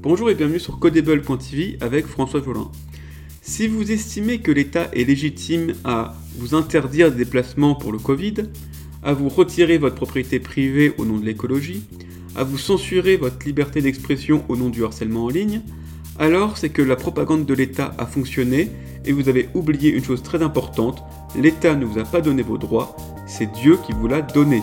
Bonjour et bienvenue sur Codable.tv avec François Jolin. Si vous estimez que l'État est légitime à vous interdire des déplacements pour le Covid, à vous retirer votre propriété privée au nom de l'écologie, à vous censurer votre liberté d'expression au nom du harcèlement en ligne, alors c'est que la propagande de l'État a fonctionné et vous avez oublié une chose très importante, l'État ne vous a pas donné vos droits, c'est Dieu qui vous l'a donné.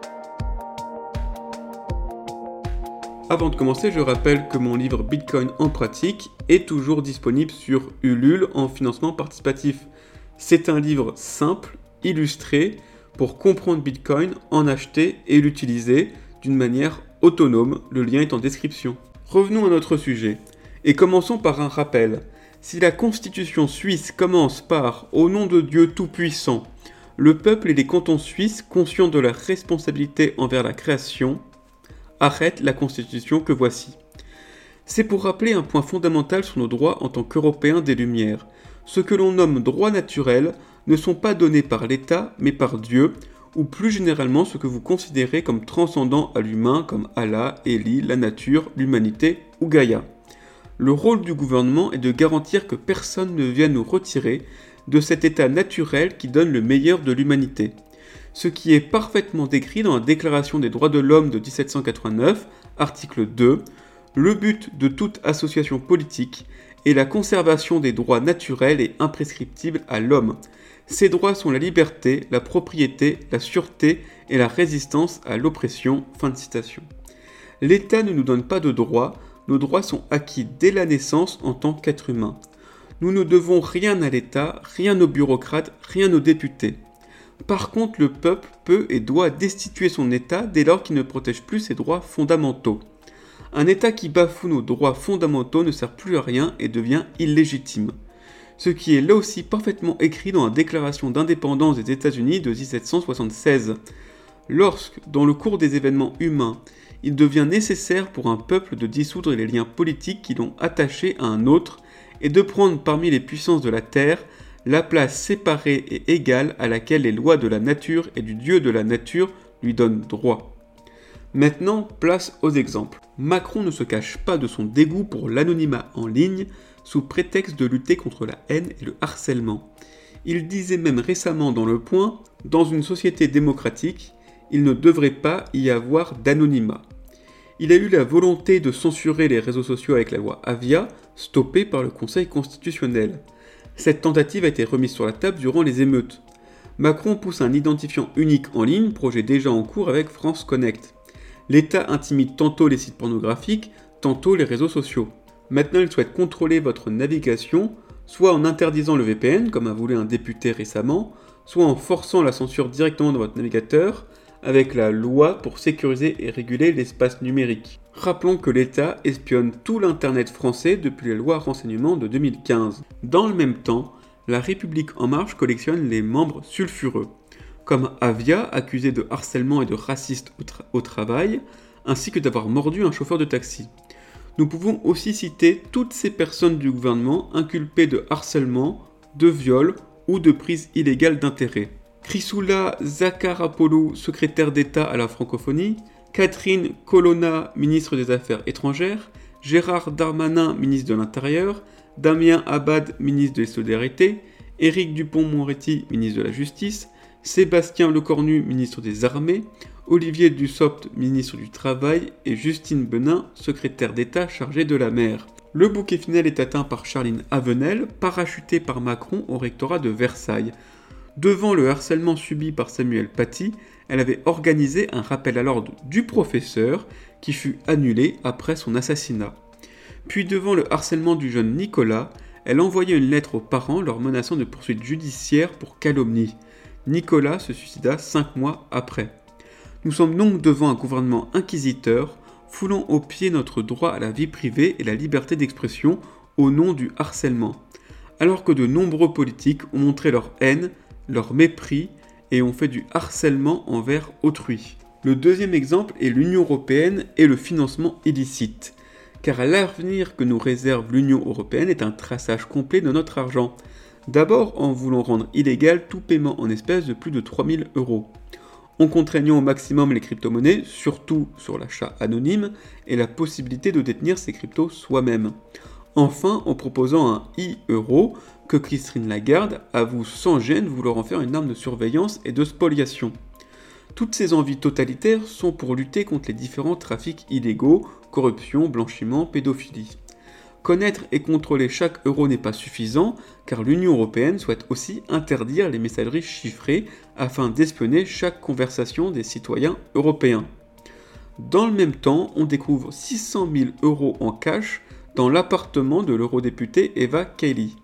Avant de commencer, je rappelle que mon livre Bitcoin en pratique est toujours disponible sur Ulule en financement participatif. C'est un livre simple, illustré, pour comprendre Bitcoin, en acheter et l'utiliser d'une manière autonome. Le lien est en description. Revenons à notre sujet et commençons par un rappel. Si la Constitution suisse commence par « Au nom de Dieu Tout-Puissant », le peuple et les cantons suisses, conscients de leur responsabilité envers la création, arrête la Constitution que voici. C'est pour rappeler un point fondamental sur nos droits en tant qu'Européens des Lumières. Ce que l'on nomme droits naturels ne sont pas donnés par l'État, mais par Dieu, ou plus généralement ce que vous considérez comme transcendant à l'humain, comme Allah, Élie, la nature, l'humanité ou Gaïa. Le rôle du gouvernement est de garantir que personne ne vienne nous retirer de cet état naturel qui donne le meilleur de l'humanité. Ce qui est parfaitement décrit dans la Déclaration des droits de l'homme de 1789, article 2, le but de toute association politique est la conservation des droits naturels et imprescriptibles à l'homme. Ces droits sont la liberté, la propriété, la sûreté et la résistance à l'oppression. Fin de citation. L'État ne nous donne pas de droits, nos droits sont acquis dès la naissance en tant qu'être humain. Nous ne devons rien à l'État, rien aux bureaucrates, rien aux députés. Par contre, le peuple peut et doit destituer son État dès lors qu'il ne protège plus ses droits fondamentaux. Un État qui bafoue nos droits fondamentaux ne sert plus à rien et devient illégitime. Ce qui est là aussi parfaitement écrit dans la Déclaration d'indépendance des États-Unis de 1776. Lorsque, dans le cours des événements humains, il devient nécessaire pour un peuple de dissoudre les liens politiques qui l'ont attaché à un autre et de prendre parmi les puissances de la terre la place séparée et égale à laquelle les lois de la nature et du Dieu de la nature lui donnent droit. Maintenant, place aux exemples. Macron ne se cache pas de son dégoût pour l'anonymat en ligne sous prétexte de lutter contre la haine et le harcèlement. Il disait même récemment dans Le Point, dans une société démocratique, il ne devrait pas y avoir d'anonymat. Il a eu la volonté de censurer les réseaux sociaux avec la loi Avia, stoppée par le Conseil constitutionnel. Cette tentative a été remise sur la table durant les émeutes. Macron pousse un identifiant unique en ligne, projet déjà en cours avec France Connect. L'État intimide tantôt les sites pornographiques, tantôt les réseaux sociaux. Maintenant, il souhaite contrôler votre navigation, soit en interdisant le VPN, comme a voulu un député récemment, soit en forçant la censure directement dans votre navigateur, avec la loi pour sécuriser et réguler l'espace numérique. Rappelons que l'État espionne tout l'Internet français depuis la loi renseignement de 2015. Dans le même temps, la République En Marche collectionne les membres sulfureux, comme Avia, accusé de harcèlement et de raciste au travail, ainsi que d'avoir mordu un chauffeur de taxi. Nous pouvons aussi citer toutes ces personnes du gouvernement inculpées de harcèlement, de viol ou de prise illégale d'intérêt. Chrysoula Zacharopoulou, secrétaire d'État à la francophonie, Catherine Colonna, ministre des Affaires étrangères, Gérard Darmanin, ministre de l'Intérieur, Damien Abad, ministre des Solidarités, Éric Dupond-Moretti, ministre de la Justice, Sébastien Lecornu, ministre des Armées, Olivier Dussopt, ministre du Travail, et Justine Benin, secrétaire d'État chargée de la mer. Le bouquet final est atteint par Charline Avenel, parachutée par Macron au rectorat de Versailles. Devant le harcèlement subi par Samuel Paty, elle avait organisé un rappel à l'ordre du professeur qui fut annulé après son assassinat. Puis devant le harcèlement du jeune Nicolas, elle envoyait une lettre aux parents leur menaçant de poursuites judiciaires pour calomnie. Nicolas se suicida 5 mois après. Nous sommes donc devant un gouvernement inquisiteur, foulant aux pieds notre droit à la vie privée et la liberté d'expression au nom du harcèlement, alors que de nombreux politiques ont montré leur haine, leur mépris et ont fait du harcèlement envers autrui. Le deuxième exemple est l'Union européenne et le financement illicite, car l'avenir que nous réserve l'Union européenne est un traçage complet de notre argent. D'abord en voulant rendre illégal tout paiement en espèces de plus de 3 000 €. en contraignant au maximum les crypto-monnaies, surtout sur l'achat anonyme, et la possibilité de détenir ces cryptos soi-même. Enfin, en proposant un e-euro que Christine Lagarde avoue sans gêne vouloir en faire une arme de surveillance et de spoliation. Toutes ces envies totalitaires sont pour lutter contre les différents trafics illégaux, corruption, blanchiment, pédophilie. Connaître et contrôler chaque euro n'est pas suffisant, car l'Union européenne souhaite aussi interdire les messageries chiffrées afin d'espionner chaque conversation des citoyens européens. Dans le même temps, on découvre 600 000 euros en cash dans l'appartement de l'eurodéputée Eva Kaili.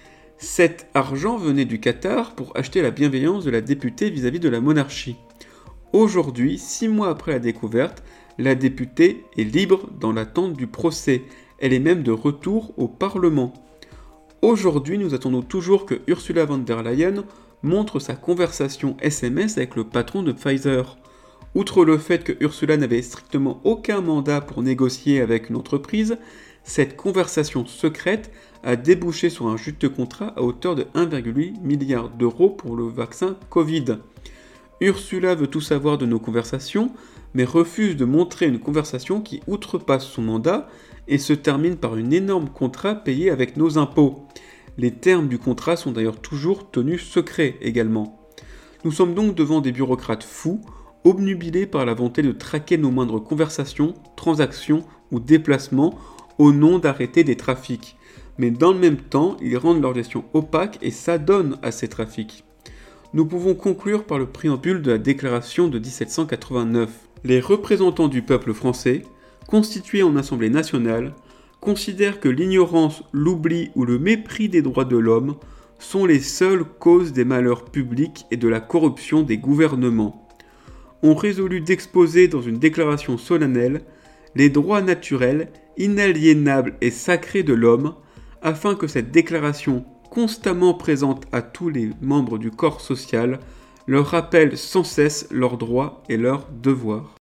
Cet argent venait du Qatar pour acheter la bienveillance de la députée vis-à-vis de la monarchie. Aujourd'hui, 6 mois après la découverte, la députée est libre dans l'attente du procès. Elle est même de retour au Parlement. Aujourd'hui, nous attendons toujours que Ursula von der Leyen montre sa conversation SMS avec le patron de Pfizer. Outre le fait que Ursula n'avait strictement aucun mandat pour négocier avec une entreprise, cette conversation secrète a débouché sur un juste contrat à hauteur de 1,8 milliard d'euros pour le vaccin Covid. Ursula veut tout savoir de nos conversations, mais refuse de montrer une conversation qui outrepasse son mandat et se termine par un énorme contrat payé avec nos impôts. Les termes du contrat sont d'ailleurs toujours tenus secrets également. Nous sommes donc devant des bureaucrates fous, obnubilés par la volonté de traquer nos moindres conversations, transactions ou déplacements au nom d'arrêter des trafics. Mais dans le même temps, ils rendent leur gestion opaque et s'adonnent à ces trafics. Nous pouvons conclure par le préambule de la déclaration de 1789. Les représentants du peuple français, constitués en Assemblée nationale, considèrent que l'ignorance, l'oubli ou le mépris des droits de l'homme sont les seules causes des malheurs publics et de la corruption des gouvernements. On résolut d'exposer dans une déclaration solennelle les droits naturels, inaliénables et sacrés de l'homme, afin que cette déclaration constamment présente à tous les membres du corps social leur rappelle sans cesse leurs droits et leurs devoirs.